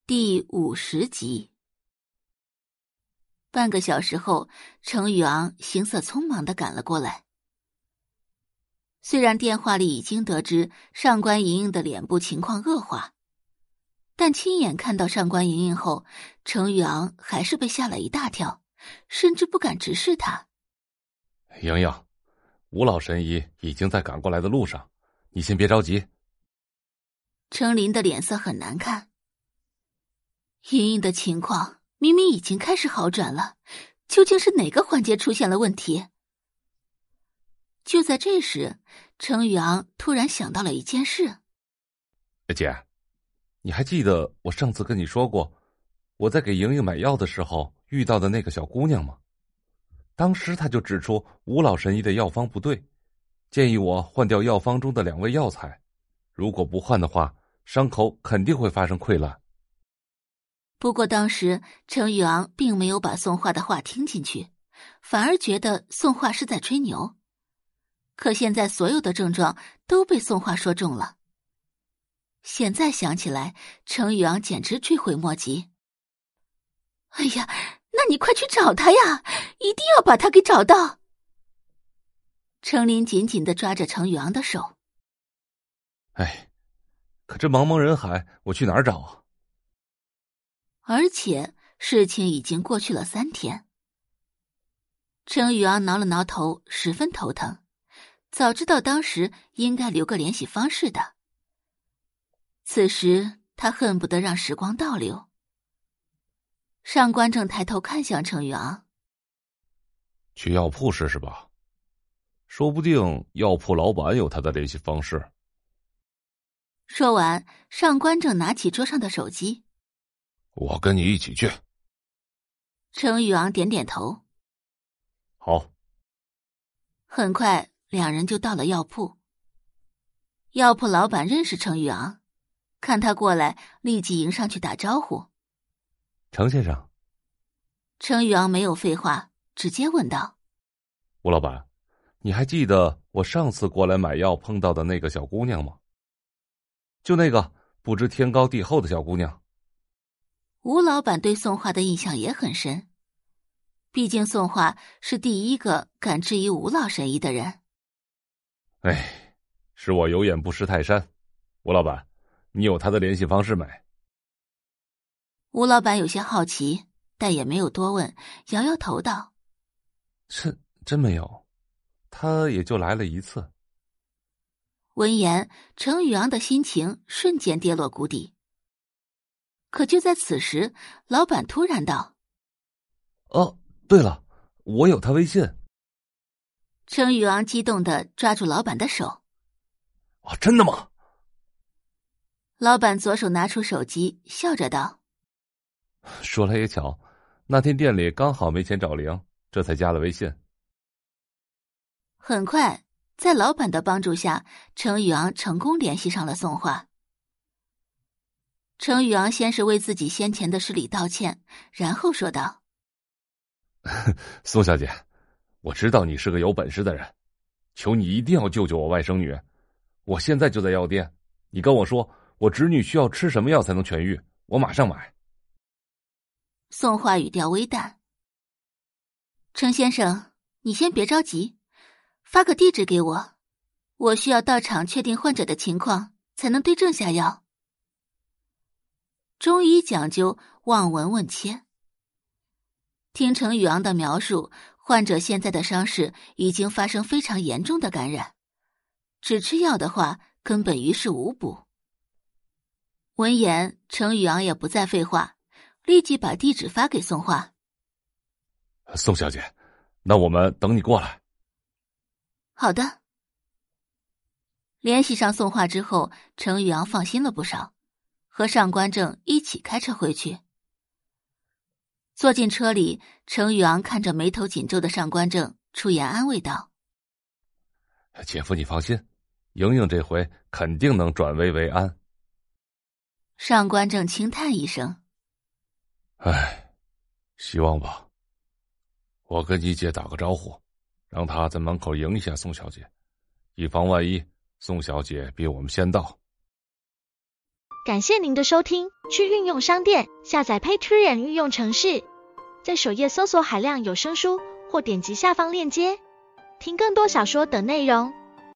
第50集。半个小时后，程宇昂行色匆忙地赶了过来。虽然电话里已经得知上官莹莹的脸部情况恶化，但亲眼看到上官莹莹后，程宇昂还是被吓了一大跳，甚至不敢直视她。 莹莹，吴老神医已经在赶过来的路上，你先别着急。 程琳的脸色很难看。莹莹的情况明明已经开始好转了，究竟是哪个环节出现了问题？就在这时，程宇昂突然想到了一件事。 姐，你还记得我上次跟你说过，我在给莹莹买药的时候遇到的那个小姑娘吗？当时她就指出吴老神医的药方不对，建议我换掉药方中的2味药材，如果不换的话，伤口肯定会发生溃烂。 不过当时程宇昂并没有把宋画的话听进去，反而觉得宋画是在吹牛。可现在所有的症状都被宋画说中了。现在想起来，程宇昂简直追悔莫及。哎呀，那你快去找他呀，一定要把他给找到。程琳紧紧地抓着程宇昂的手。 哎，可这茫茫人海，我去哪儿找啊？ 而且事情已经过去了3天。程宇昂挠了挠头，十分头疼。早知道当时应该留个联系方式的。此时他恨不得让时光倒流。上官正抬头看向程宇昂。 去药铺试试吧，说不定药铺老板有他的联系方式。 说完，上官正拿起桌上的手机。 我跟你一起去。 程宇昂点点头。 好。 很快2人就到了药铺。药铺老板认识程宇昂，看他过来，立即迎上去打招呼。 程先生。 程宇昂没有废话，直接问道： 吴老板，你还记得我上次过来买药碰到的那个小姑娘吗？就那个不知天高地厚的小姑娘。 吴老板对宋画的印象也很深，毕竟宋画是第一个敢质疑吴老神医的人。 哎，是我有眼不识泰山。吴老板，你有他的联系方式没？ 吴老板有些好奇，但也没有多问，摇摇头道： 真没有，他也就来了1次。 闻言，程宇昂的心情瞬间跌落谷底。可就在此时，老板突然道： 哦，对了，我有他微信。 程宇昂激动地抓住老板的手。 哦，真的吗？ 老板左手拿出手机，笑着道： 说来也巧，那天店里刚好没钱找零，这才加了微信。 很快，在老板的帮助下，程宇昂成功联系上了宋画。程宇昂先是为自己先前的失礼道歉，然后说道： 宋小姐，我知道你是个有本事的人，求你一定要救救我外甥女。我现在就在药店，你跟我说我侄女需要吃什么药才能痊愈，我马上买。 宋画语调微淡：程先生，你先别着急，发个地址给我，我需要到场确定患者的情况，才能对症下药。中医讲究望闻问切。听程宇昂的描述，患者现在的伤势已经发生非常严重的感染，只吃药的话根本于事无补。闻言，程宇昂也不再废话，立即把地址发给宋画。 宋小姐，那我们等你过来。 好的。联系上宋画之后，程宇昂放心了不少，和上官正一起开车回去。坐进车里，程宇昂看着眉头紧皱的上官正，出言安慰道： 姐夫你放心，莹莹这回肯定能转危为安。 上官正轻叹一声： 唉，希望吧。我跟你姐打个招呼，让她在门口迎一下宋小姐，以防万一宋小姐比我们先到。 感谢您的收听，去运用商店下载 Patreon 运用程式，在首页搜索海量有声书，或点击下方链接听更多小说等内容。